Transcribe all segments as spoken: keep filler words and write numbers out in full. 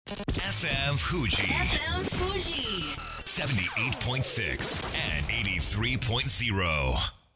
エフエム Fuji エフエム Fuji セブンティーエイトポイントシックス and エイティースリーポイントゼロ。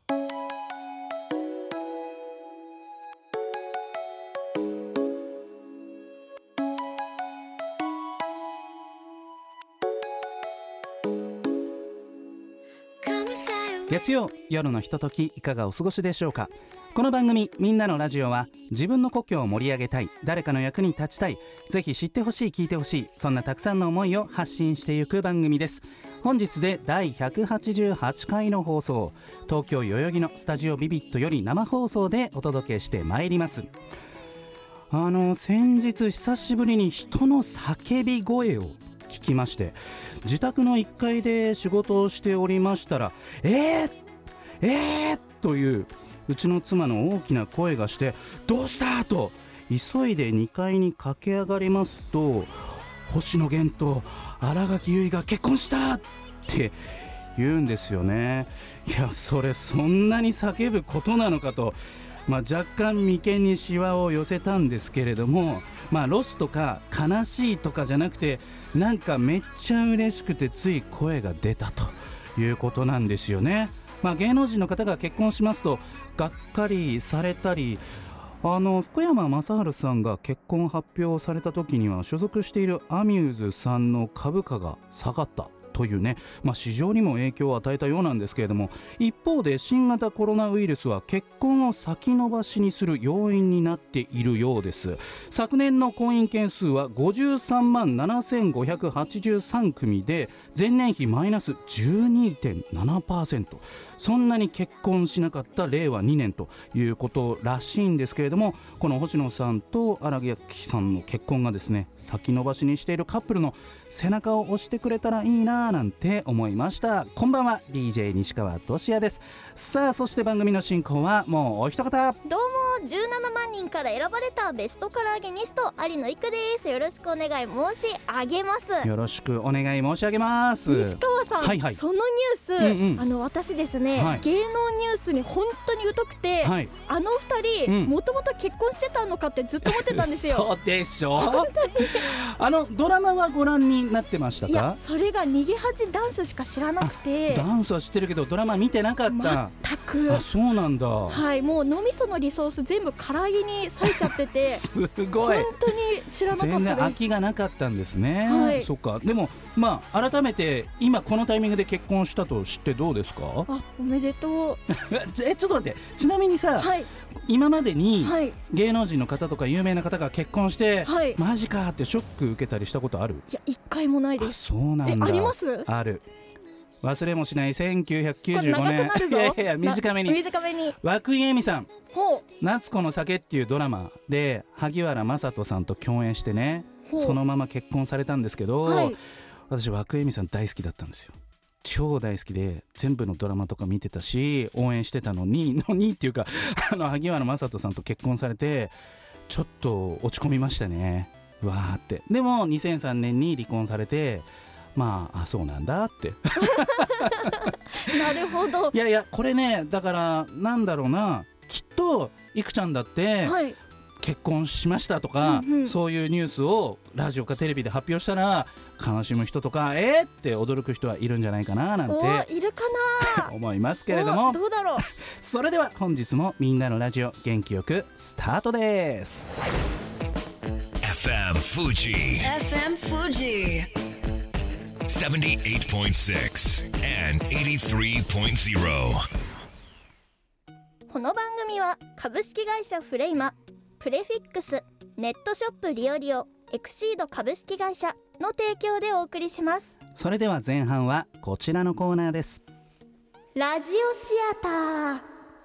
月曜夜のひとときいかがお過ごしでしょうか。この番組みんなのラジオは自分の故郷を盛り上げたい、誰かの役に立ちたい、ぜひ知ってほしい、聞いてほしい、そんなたくさんの思いを発信していく番組です。本日でだいひゃくはちじゅうはちかいの放送、東京代々木のスタジオビビットより生放送でお届けしてまいります。あの先日久しぶりに人の叫び声を聞きまして、自宅のいっかいで仕事をしておりましたら、えーえーといううちの妻の大きな声がして、どうしたと急いでにかいに駆け上がりますと、星野源と新垣結衣が結婚したって言うんですよね。いや、それそんなに叫ぶことなのかと、まあ、若干眉間にシワを寄せたんですけれども、まあ、ロスとか悲しいとかじゃなくて、なんかめっちゃ嬉しくてつい声が出たということなんですよね。まあ、芸能人の方が結婚しますとがっかりされたり、あの福山雅治さんが結婚発表された時には所属しているアミューズさんの株価が下がったというね、まあ、市場にも影響を与えたようなんですけれども、一方で新型コロナウイルスは結婚を先延ばしにする要因になっているようです。昨年の婚姻件数はごじゅうさんまんななせんごひゃくはちじゅうさんくみで、前年比マイナス じゅうにてんななパーセント、 そんなに結婚しなかったれいわにねんということらしいんですけれども、この星野さんと新垣さんの結婚がですね、先延ばしにしているカップルの背中を押してくれたらいいななんて思いました。こんばんは、 ディージェー 西川俊也です。さあ、そして番組の進行はもうお一方。 どうも、じゅうななまんにんから選ばれたベストカラーゲニスト有野育です。よろしくお願い申し上げます。 よろしくお願い申し上げます。 西川さん、 はいはい、 そのニュース、 うんうん、 あの私ですね、はい、芸能ニュースに本当に疎くて、はい、あの二人もともと結婚してたのかってずっと思ってたんですよ。 そうでしょあのドラマはご覧になってましたか？ いや、それが逃げ恥ダンスしか知らなくて。 ダンスは知ってるけどドラマ見てなかった。 全く。 あ、そうなんだ。 はい、もう脳みそのリソース全部唐揚げに割いちゃっててすごい、 本当に知らなかったです。 全然空きがなかったんですね、 はい、 そっか。でもまあ改めて今このタイミングで結婚したと知ってどうですか？ あ、おめでとうえ、ちょっと待って、ちなみにさ、はい、今までに芸能人の方とか有名な方が結婚して、はい、マジかってショック受けたりしたことある？ いや、一回もないです。 あ、そうなんだ。 え、あります？ ある。忘れもしないせんきゅうひゃくきゅうじゅうごねん。 これ長くなるぞ。 いやいや、短めに短めに。 涌井絵美さん、 ほう、 夏子の酒っていうドラマで萩原聖人さんと共演してね、そのまま結婚されたんですけど、はい、私涌井絵美さん大好きだったんですよ。超大好きで全部のドラマとか見てたし応援してたのにのにっていうかあの萩原聖人さんと結婚されてちょっと落ち込みましたね。うわーって。でもにせんさんねんに離婚されて、まあ、あ、そうなんだってなるほど。 いやいや、これね、だからなんだろうな、きっといくちゃんだって、はい、結婚しましたとか、うんうん、そういうニュースをラジオかテレビで発表したら悲しむ人とか、えーって驚く人はいるんじゃないかななんているかな思いますけれども、 どうだろう。 それでは本日もみんなのラジオ元気よくスタートです。 エフエム Fuji エフエム Fuji セブンティーエイトポイントシックス and エイティースリーポイントゼロ。 この番組は株式会社フレイマ、プレフィックス、ネットショップリオリオ、エクシード株式会社の提供でお送りします。 それでは前半はこちらのコーナーです。 ラジオシアター。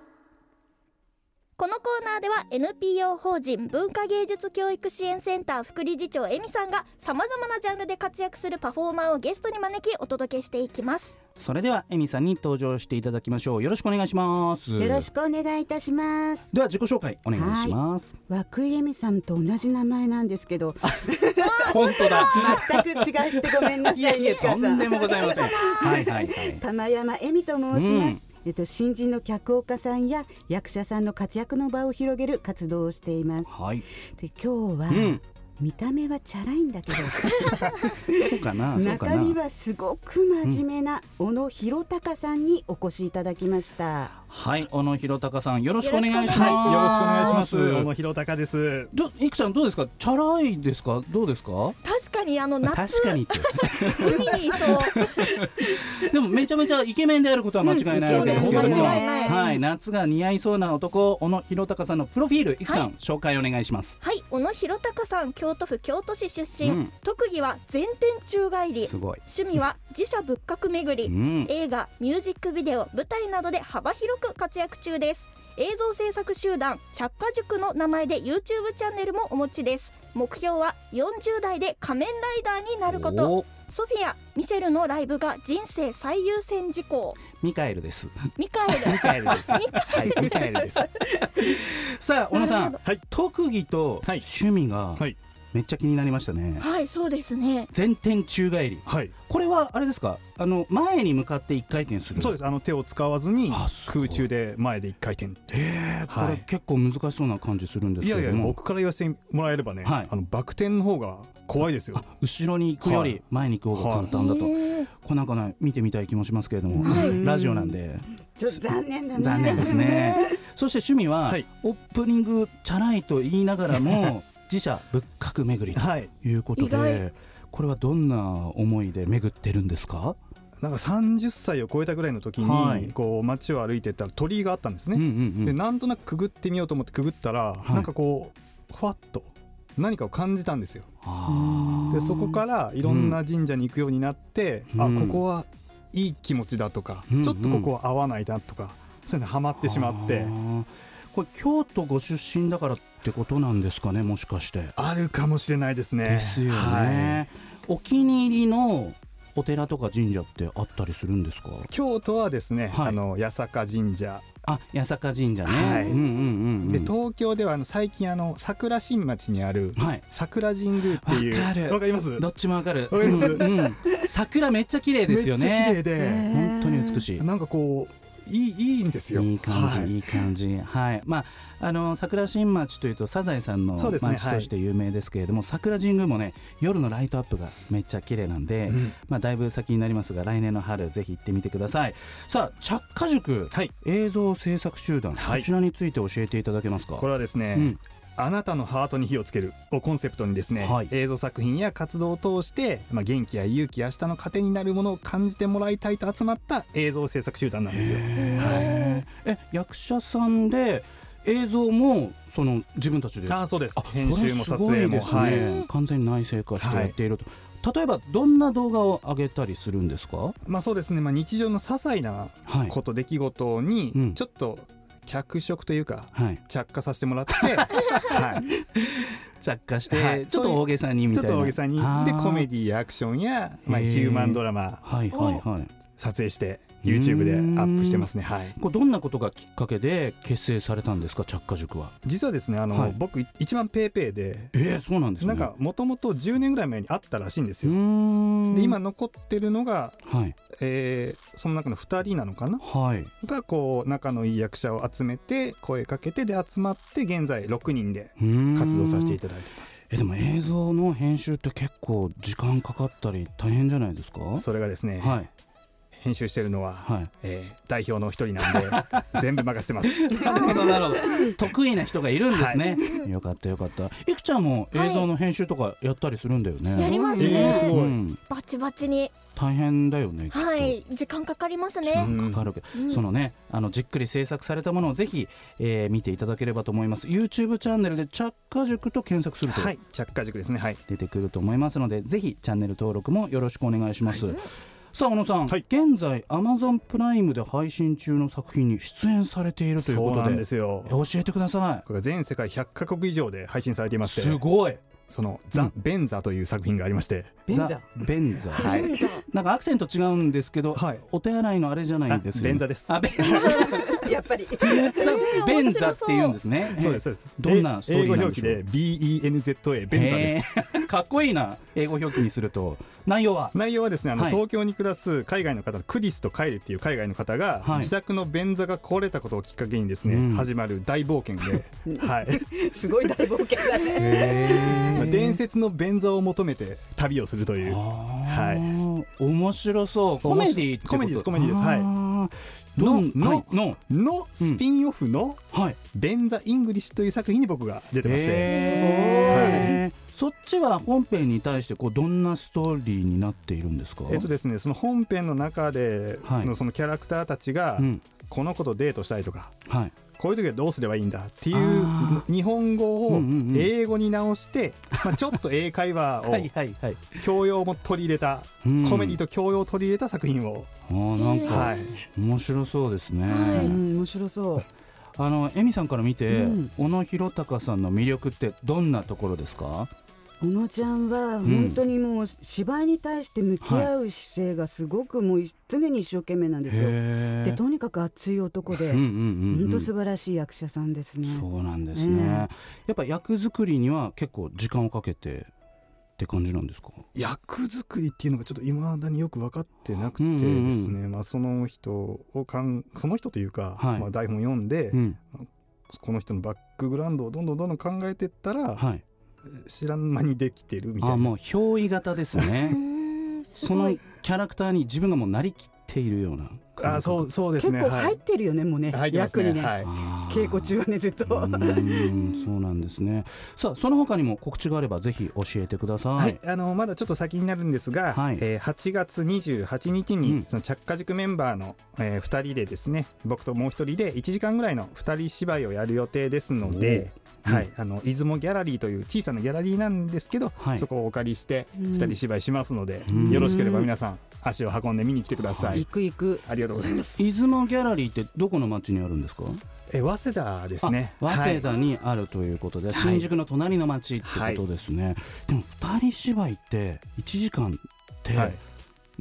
このコーナーでは エヌピーオー 法人文化芸術教育支援センター副理事長エミさんがさまざまなジャンルで活躍するパフォーマーをゲストに招きお届けしていきます。 それではエミさんに登場していただきましょう。よろしくお願いします。 よろしくお願いいたします。 では自己紹介お願いします。 涌井絵美さんと同じ名前なんですけど本当だ全く違ってごめんなさい。 いやいや、とんでもございませんはいはい、はい、 玉山恵美と申します、 うん、 えっと、新人の脚本家さんや役者さんの活躍の場を広げる活動をしています、 はい、 で今日は、 うん、 見た目はチャラいんだけどそうかなそうかな中身はすごく真面目な小野弘隆さんにお越しいただきました。 はい、小野弘隆さんよろしくお願いします。 はい、よろしくお願いします。小野弘隆です。 どいくちゃんどうですか、チャラいですか、どうですか。 確かにあの夏確かにって海にいそうでもめちゃめちゃイケメンであることは間違いないわけですけども、 うん、間違いない、 はい、夏が似合いそうな男小野弘隆さんのプロフィール、いくちゃん、 はい、 紹介お願いします。 はい、小野弘隆さん、京都府京都市出身、うん、特技は全天宙返り、 すごい。 趣味は自社仏閣巡り、うん、映画、ミュージックビデオ、舞台などで幅広く活躍中です。映像制作集団着火塾の名前で YouTube チャンネルもお持ちです。目標はよんじゅう代で仮面ライダーになること。ソフィア、ミシェルのライブが人生最優先事項。 ミカエルです。 ミカエルミカエルですはい、ミカエルですさあ小野さん、 はい、 特技と趣味が、はい、めっちゃ気になりましたね。 はい、そうですね。 全天宙返り、 はい、 これはあれですか、あの前に向かって一回転する。 そうです、あの手を使わずに空中で前で一回転。 へー、はい、これ結構難しそうな感じするんですけども。 いやいや、僕から言わせてもらえればね、はい、あのバク転の方が怖いですよ。 後ろに行くより前に行く方が簡単だと、はい、これなんかね見てみたい気もしますけれども、はい、ラジオなんでちょっと残念だね。 残念ですねそして趣味は、はい、オープニングチャラいと言いながらも自社仏閣巡りということで、はい、これはどんな思いで巡ってるんですか。 なんかさんじゅっさいを超えたぐらいの時に、はい、こう街を歩いてったら鳥居があったんですね、うんうんうん、でなんとなくくぐってみようと思ってくぐったら、はい、なんかこうふわっと何かを感じたんですよ。でそこからいろんな神社に行くようになって、うん、あ、ここはいい気持ちだとか、うんうん、ちょっとここは合わないなとか、そういうのハマってしまって。 これ京都ご出身だからってことなんですかね、もしかして。あるかもしれないですね。 ですよね、はい、お気に入りのお寺とか神社ってあったりするんですか。 京都はですね、はい、あの八坂神社。 あ、八坂神社ね、はい、うんうんうんうん、 で東京ではあの最近あの桜新町にある桜神宮っていう、 わかる、 わかります。 どっちもわかる、わかります、うん、桜めっちゃ綺麗ですよね。 めっちゃ綺麗で本当に美しい。 なんかこういい、いいんですよ。 いい感じ、はい、いい感じ、はい。まああの桜新町というとサザエさんの町として有名ですけれども、ね、はい、桜神宮もね夜のライトアップがめっちゃ綺麗なんで、うん、まあだいぶ先になりますが来年の春ぜひ行ってみてください。さあ着火塾、はい、映像制作集団、はい、こちらについて教えていただけますか。 これはですね、うん、あなたのハートに火をつけるをコンセプトにですね、はい、映像作品や活動を通して、まあ、元気や勇気明日の糧になるものを感じてもらいたいと集まった映像制作集団なんですよ。はい、 え役者さんで映像もその自分たちで。 あ、そうです。編集も撮影も、 すごいですね、はい、完全に内製化してやっていると、はい、例えばどんな動画を上げたりするんですか。 まあそうですね、まあ、日常の些細なこと、はい、出来事にちょっと脚色というか、はい、着火させてもらって、はい、 着火して、はい、ちょっと大げさにみたいな、 ちょっと大げさにでコメディやアクションや、まあ、ヒューマンドラマを撮影してYouTube でアップしてますね。はい、 これどんなことがきっかけで結成されたんですか、着火塾は。 実はですね、あの、はい、僕一番ペーペーで、 えー、そうなんですね。 なんかもともとじゅうねんぐらい前にあったらしいんですよ。で今残ってるのが、はい、えー、その中のふたりなのかな、はい、がこう仲のいい役者を集めて声かけてで集まって現在ろくにんで活動させていただいてます。 えでも映像の編集って結構時間かかったり大変じゃないですか。 それがですね、はい、編集してるのは、はい、えー、代表の一人なんで全部任せてますなるほどなるほど得意な人がいるんですね、はい、よかったよかった。いくちゃんも映像の編集とかやったりするんだよね。 はい、やりますね、えー、すごい、うん、バチバチに。 大変だよね。 はい、時間かかりますね。 時間かかるけど、うん、そのねあのじっくり制作されたものをぜひ、えー、見ていただければと思います。 YouTube チャンネルで着火塾と検索すると、 はい、着火塾ですね、はい、 出てくると思いますのでぜひチャンネル登録もよろしくお願いします。はい、さあ小野さん、はい、現在 Amazon プライムで配信中の作品に出演されているということで。 そうなんですよ。 教えてください。 これが全世界ひゃっかこく以上で配信されていまして、 すごい。 そのザ・うん、ベンザという作品がありまして。 ベンザベンザ、はい、なんかアクセント違うんですけど、はい、お手洗いのあれじゃないんですよ、ね、 ベンザです。 あベンザやっぱりザ・ベンザって言うんですね。 そうですそうです。 どんなストーリーなんでしょう。 英語表記で ビーイーエヌゼットエー ベンザです。 かっこいいな。英語表記にすると内容は内容はですねあの、 はい、 東京に暮らす海外の方、クリスとカイルっていう海外の方が、はい、自宅の便座が壊れたことをきっかけにですね、うん、始まる大冒険で、はい、 すごい大冒険だね。 伝説の便座を求めて旅をするという、はい、 面白そう。コメディってこと。 コメディですコメディです。はいのの、はい、ののスピンオフの、うんはい、便座イングリッシュという作品に僕が出てまして、 えーはい、そっちは本編に対してこうどんなストーリーになっているんですか？ えっとですねその本編の中でのそのキャラクターたちが、はい、この子とデートしたいとか、はい、こういう時はどうすればいいんだっていう日本語を英語に直して、うんうんうんまあ、ちょっと英会話を教養も取り入れたコメディと教養を取り入れた作品を、 あなんか、はい、面白そうですね、 はい、面白そう。 あのエミさんから見て、うん、小野弘隆さんの魅力ってどんなところですか？ 小野ちゃんは本当にもう芝居に対して向き合う姿勢がすごくもう常に一生懸命なんですよ。でとにかく熱い男で本当素晴らしい役者さんですね。 そうなんですね、えー、やっぱ役作りには結構時間をかけてって感じなんですか？ 役作りっていうのがちょっと未だによく分かってなくてですね、うんうんうんまあ、その人をかんその人というか、はいまあ、台本読んで、うんまあ、この人のバックグラウンドをどんどんどんどん考えていったら、はい知らん間にできてるみたいな。 あもう憑依型ですねそのキャラクターに自分がもうなりきっているような。 あそうそうですね。 結構入ってるよね、はい、もうね役にね、はい、稽古中はねずっとうんそうなんですね。さあその他にも告知があればぜひ教えてください。 はい、あのまだちょっと先になるんですが、はいえー、はちがつにじゅうはちにちに、うん、その着火塾メンバーの、えー、ふたりでですね僕ともうひとりでいちじかんぐらいのふたり芝居をやる予定ですので、はい、あの出雲ギャラリーという小さなギャラリーなんですけど、はい、そこをお借りしてふたり芝居しますので、うん、よろしければ皆さん足を運んで見に来てください。 行く行く。 ありがとうございます。 出雲ギャラリーってどこの町にあるんですか？ え早稲田ですね。 早稲田にあるということで、はい、新宿の隣の町ってことですね、はい、でもふたり芝居っていちじかんって、はい、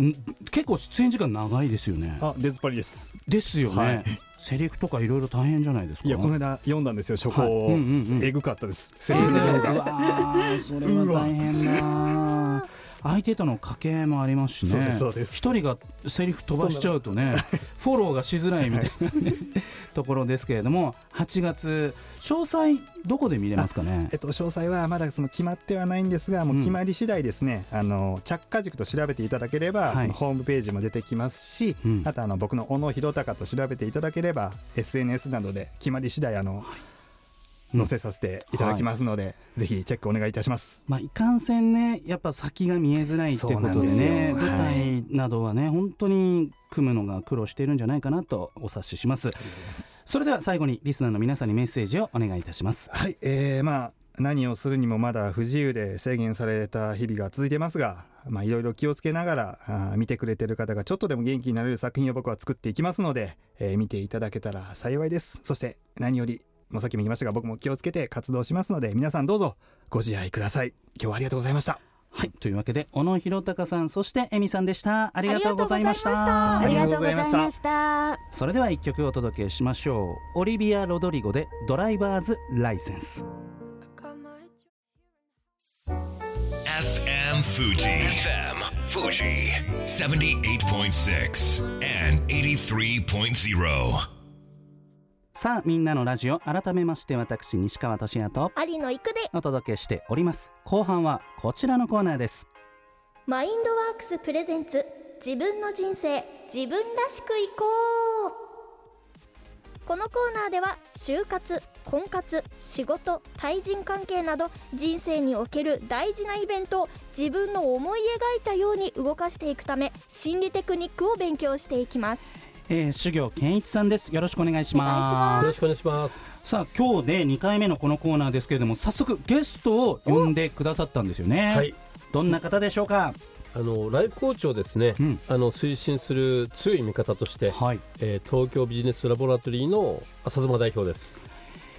結構出演時間長いですよね。 あ出ずっぱりですですよね、はい、セリフとかいろいろ大変じゃないですか？ いやこの間読んだんですよ初稿を、はいうんうんうん、えぐかったです。セリフの量がうわそれは大変だ相手との掛け合いもありますしね。そうですそうです。一人がセリフ飛ばしちゃうとねフォローがしづらいみたいな、ね、ところですけれどもはちがつ詳細どこで見れますかね？ えっと、詳細はまだその決まってはないんですがもう決まり次第ですね、うん、あの着火塾と調べていただければ、はい、そのホームページも出てきますし、うん、あとあの僕の小野弘隆と調べていただければ エスエヌエス などで決まり次第あの、はい載せさせていただきますので、はい、ぜひチェックお願いいたします。 まあ、いかんせんねやっぱ先が見えづらいってことでね舞台などはね、はい、本当に組むのが苦労しているんじゃないかなとお察しします。それでは最後にリスナーの皆さんにメッセージをお願いいたします。 はい、えー、まあ何をするにもまだ不自由で制限された日々が続いてますがまあいろいろ気をつけながらあ見てくれてる方がちょっとでも元気になれる作品を僕は作っていきますので、えー、見ていただけたら幸いです。そして何よりもうさっきも言いましたが僕も気をつけて活動しますので皆さんどうぞご自愛ください。今日はありがとうございました。 はいというわけで小野弘隆さんそしてエミさんでした。ありがとうございました。 ありがとうございました。 それではいっきょくお届けしましょう。オリビア・ロドリゴでドライバーズライセンス。 エフエム Fujiエフエム Fuji セブンティーエイトポイントシックス and エイティスリーポイントゼロ。 さあみんなのラジオ改めまして私西川俊也と有野育でお届けしております。後半はこちらのコーナーです。 マインドワークスプレゼンツ自分の人生自分らしくいこう。このコーナーでは就活、婚活、仕事、対人関係など人生における大事なイベントを自分の思い描いたように動かしていくため心理テクニックを勉強していきます。 えー、修行健一さんです。よろしくお願いします。 よろしくお願いします。 さあ今日でにかいめのこのコーナーですけれども早速ゲストを呼んでくださったんですよね。はい。どんな方でしょうか？ あのライフコーチをですね、うん、あの推進する強い味方として、はいえー、東京ビジネスラボラトリーの浅妻代表です。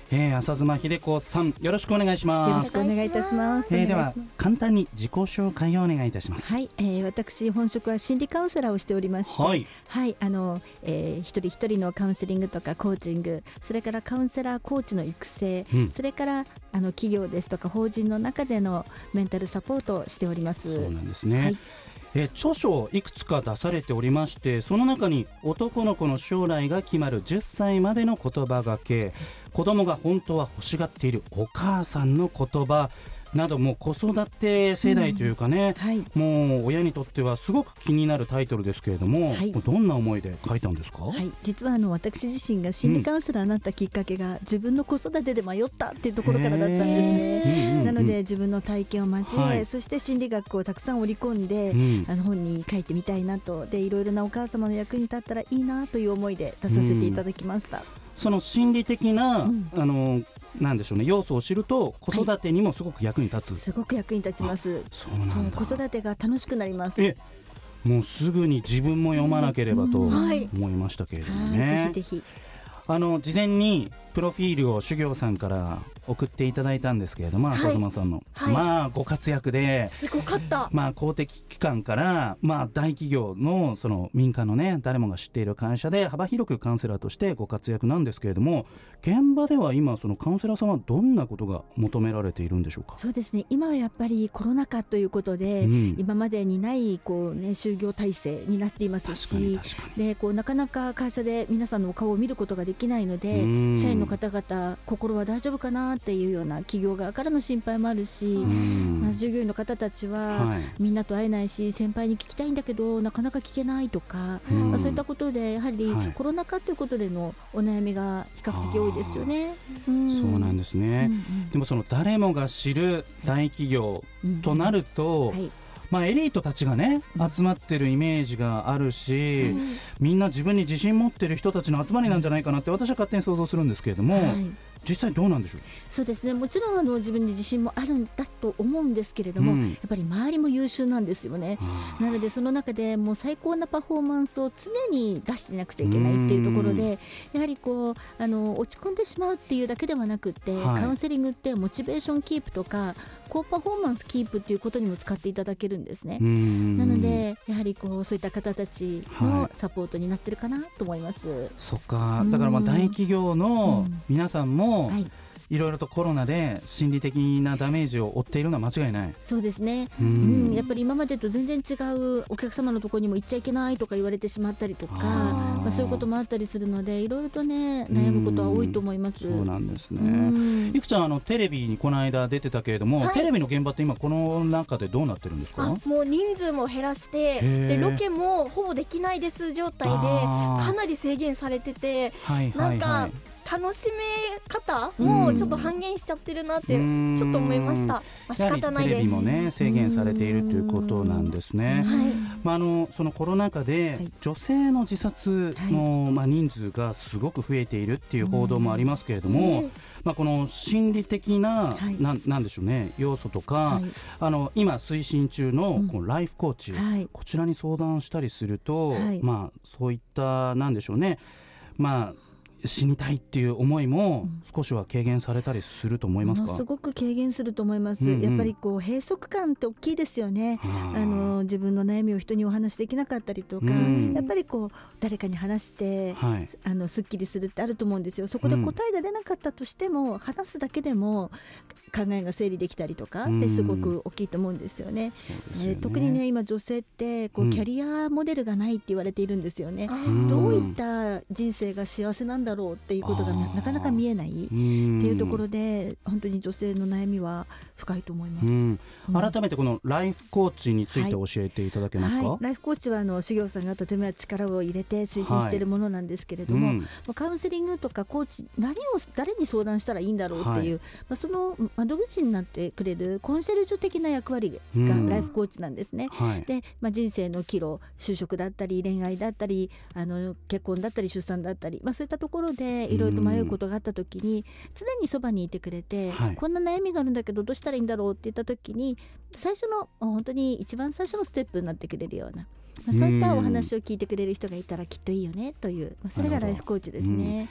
えー、浅妻秀子さん、よろしくお願いします。 よろしくお願いいたします。 えー、では簡単に自己紹介をお願いいたします。 はい、えー、私本職は心理カウンセラーをしておりまして、はい、はい、あの、えー、一人一人のカウンセリングとかコーチング、それからカウンセラーコーチの育成、うん、それからあの企業ですとか法人の中でのメンタルサポートをしております。 そうなんですね。はい、え著書をいくつか出されておりまして、その中に男の子の将来が決まるじゅっさいまでの言葉がけ、子供が本当は欲しがっているお母さんの言葉など、も子育て世代というかね、うん、はい、もう親にとってはすごく気になるタイトルですけれども、はい、どんな思いで書いたんですか？ はい、実はあの私自身が心理カウンセラーになったきっかけが、うん、自分の子育てで迷ったっていうところからだったんですね。なので自分の体験を交え、はい、そして心理学をたくさん織り込んで、うん、あの本に書いてみたいなと、でいろいろなお母様の役に立ったらいいなという思いで出させていただきました。うん、 その心理的な、うん、あのなんでしょうね、要素を知ると子育てにもすごく役に立つ、はい、 すごく役に立ちます。 そうなんだ。 子育てが楽しくなります。 えもうすぐに自分も読まなければと思いましたけれどもね、 はいはい、ぜひぜひ。 あの事前にプロフィールを修行さんから送っていただいたんですけれども、浅妻さんの、はい、まあご活躍ですごかった。 まあ公的機関からまあ大企業のその民間のね、誰もが知っている会社で幅広くカウンセラーとしてご活躍なんですけれども、現場では今そのカウンセラーさんはどんなことが求められているんでしょうか？ そうですね、今はやっぱりコロナ禍ということで、うん、今までにないこう、ね、就業体制になっていますし、でこうなかなか会社で皆さんのお顔を見ることができないので、社員の方々心は大丈夫かなっていうような企業側からの心配もあるし、まあ、従業員の方たちは、はい、みんなと会えないし先輩に聞きたいんだけどなかなか聞けないとか、まあ、そういったことでやはりコロナ禍ということでのお悩みが比較的多いですよね。 うん、そうなんですね。うんうん、でもその誰もが知る大企業となると、はいはい、まあ、エリートたちがね集まってるイメージがあるし、うん、みんな自分に自信持ってる人たちの集まりなんじゃないかなって私は勝手に想像するんですけれども、はい、実際どうなんでしょう？ そうですね、もちろんあの自分に自信もあるんだと思うんですけれども、うん、やっぱり周りも優秀なんですよね。なのでその中でもう最高なパフォーマンスを常に出してなくちゃいけないっていうところで、やはりこうあの落ち込んでしまうっていうだけではなくて、はい、カウンセリングってモチベーションキープとか高パフォーマンスキープっていうことにも使っていただけるんですね。なのでやはりこうそういった方たちのサポートになってるかなと思います。はい、 そっか、だからまあ大企業の皆さんも、はい、いろいろとコロナで心理的なダメージを負っているのは間違いない。 そうですね、うん、やっぱり今までと全然違うお客様のところにも行っちゃいけないとか言われてしまったりとか、あ、まあ、そういうこともあったりするのでいろいろとね悩むことは多いと思います。 そうなんですね。いくちゃんあのテレビにこの間出てたけれども、はい、テレビの現場って今この中でどうなってるんですか？ あ、もう人数も減らしてでロケもほぼできないです状態でかなり制限されてて、はいはいはい、なんか楽しめ方もちょっと半減しちゃってるなってちょっと思いました。まあ、仕方ないです。 テレビもね制限されているということなんですね。はい、まあ、あのそのコロナ禍で女性の自殺の、はい、まあ、人数がすごく増えているっていう報道もありますけれども、まあ、この心理的な、はい、な, なんでしょうね要素とか、はい、あの今推進中 の, このライフコーチ、うん、はい、こちらに相談したりすると、はい、まあ、そういったなんでしょうね、まあ死にたいっていう思いも少しは軽減されたりすると思いますか？ ものすごく軽減すると思います。うんうん、やっぱりこう閉塞感って大きいですよね。あの自分の悩みを人にお話しできなかったりとか、うん、やっぱりこう誰かに話して、はい、あのすっきりするってあると思うんですよ。そこで答えが出なかったとしても、うん、話すだけでも考えが整理できたりとかってすごく大きいと思うんですよね。うん、えー、特にね今女性ってこうキャリアモデルがないって言われているんですよね。うん、どういった人生が幸せなんだろうっていうことが な, なかなか見えないっていうところで本当に女性の悩みは深いと思います。うん、 改めてこのライフコーチについて教えていただけますか？ はいはい、ライフコーチはあの修行さんがとても力を入れて推進しているものなんですけれども、はい、うん、カウンセリングとかコーチ何を誰に相談したらいいんだろうっていう、はい、まあ、その窓口になってくれるコンシェルジュ的な役割がライフコーチなんですね。うん、はい、で、まあ、人生の岐路、就職だったり恋愛だったりあの結婚だったり出産だったり、まあ、そういったところでいろいろと迷うことがあった時に常にそばにいてくれて、はい、こんな悩みがあるんだけどどうしたらいいんだろうって言った時に最初の本当に一番最初のステップになってくれるような、まあ、そういったお話を聞いてくれる人がいたらきっといいよねという、まあ、それがライフコーチですね。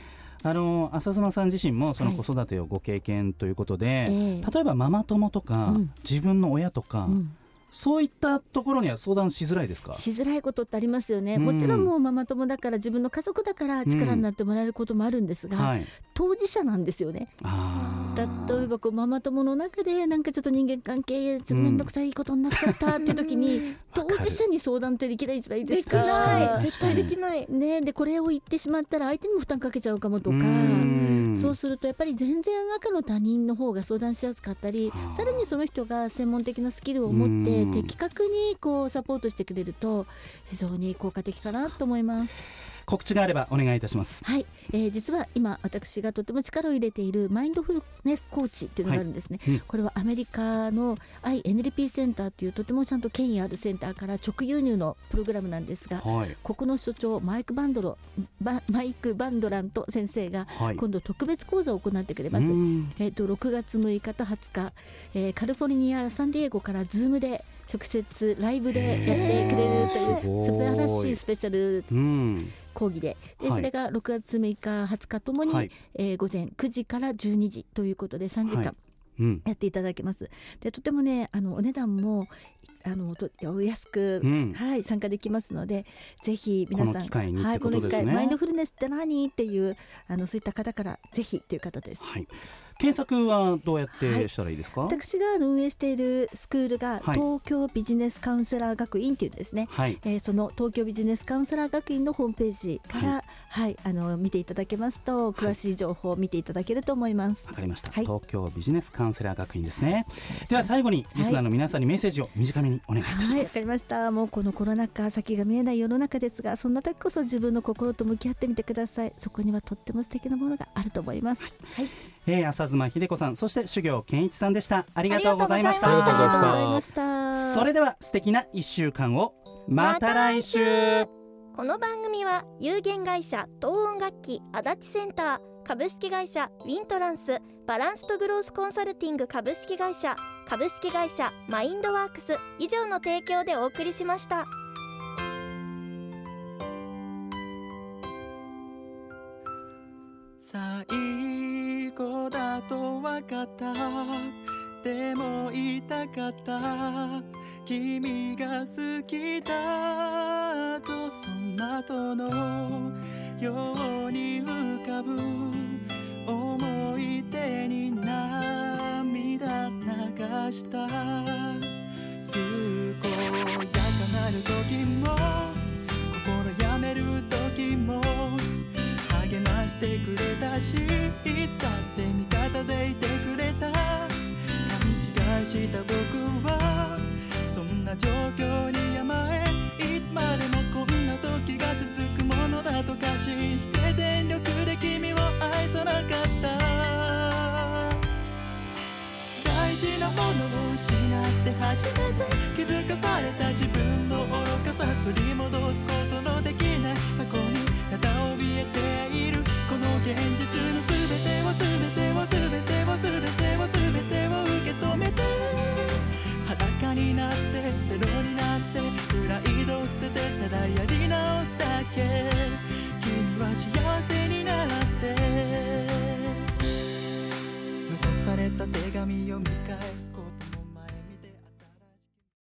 あの浅妻さん自身もその子育てをご経験ということで、はいえー、例えばママ友とか、うん、自分の親とか、うんそういったところには相談しづらいですか？ しづらいことってありますよね、うん、もちろんもうママ友だから自分の家族だから力になってもらえることもあるんですが、うんはい、当事者なんですよね。あ例えばこうママ友の中でなんかちょっと人間関係ちょっと面倒くさいことになっちゃったっていう時に、うん、当事者に相談ってできないじゃないですか。 できない絶対できない、 ね、でこれを言ってしまったら相手にも負担かけちゃうかもとか、うんそうするとやっぱり全然赤の他人の方が相談しやすかったり、さらにその人が専門的なスキルを持って的確にこうサポートしてくれると非常に効果的かなと思います。 告知があればお願いいたします。 はい、えー、実は今私がとても力を入れているマインドフルネスコーチっていうのがあるんですね、はいうん、これはアメリカの アイエヌエルピー センターというとてもちゃんと権威あるセンターから直輸入のプログラムなんですが、はい、ここの所長マイク・バンドロバマイク・バンドラント先生が今度特別講座を行ってくれます、はいえー、とろくがつむいかとはつか、えー、カリフォルニアサンディエゴからズームで直接ライブでやってくれるという素晴らしいスペシャル講義で、でそれがろくがつむいかはつかともに、はいえー、午前くじからじゅうにじということでさんじかん、はいうん、やっていただけます。でとてもねあのお値段もあのとお安く、うんはい、参加できますのでぜひ皆さんこの機会にってことですね、はい、この機会マインドフルネスって何っていうあのそういった方からぜひという方です、 はい、検索はどうやってしたらいいですか？ はい、私が運営しているスクールが東京ビジネスカウンセラー学院というですね、はいえー、その東京ビジネスカウンセラー学院のホームページから、はいはい、あの見ていただけますと詳しい情報を見ていただけると思います。 わかりました、はい、東京ビジネスカウンセラー学院ですね。では最後にリスナーの皆さんにメッセージを短めにお願いいたします。はい、 わかりました。もうこのコロナ禍先が見えない世の中ですが、そんな時こそ自分の心と向き合ってみてください。そこにはとっても素敵なものがあると思います。はいはいえー、浅妻秀子さんそして修行健一さんでした。ありがとうございました。 ありがとうございました。 それでは素敵ないっしゅうかんをまた来週。 この番組は有限会社東音楽器足立センター株式会社ウィントランスバランスとグロースコンサルティング株式会社株式会社マインドワークス以上の提供でお送りしました。 最後だと分かった、でも言いたかった、君が好きだとその後のように浮かぶ思い出に涙流した。健やかなる時も心やめる時も励ましてくれたし、いつだって味方でいてくれた。勘違いした僕はそんな状況に甘え、いつまでもこんな時が続くものだと過信して全力で君を愛さなかった。大事なものを失って初めて気づかされた自分の愚かさ、取り戻すことのできない過去にただ怯えているこの現実のすべてをすべてをすべてをすべてをすべてを受け止めて、裸になってゼロになってプライドを捨ててただやり直すだけ。君は幸せになって残された手紙を見返す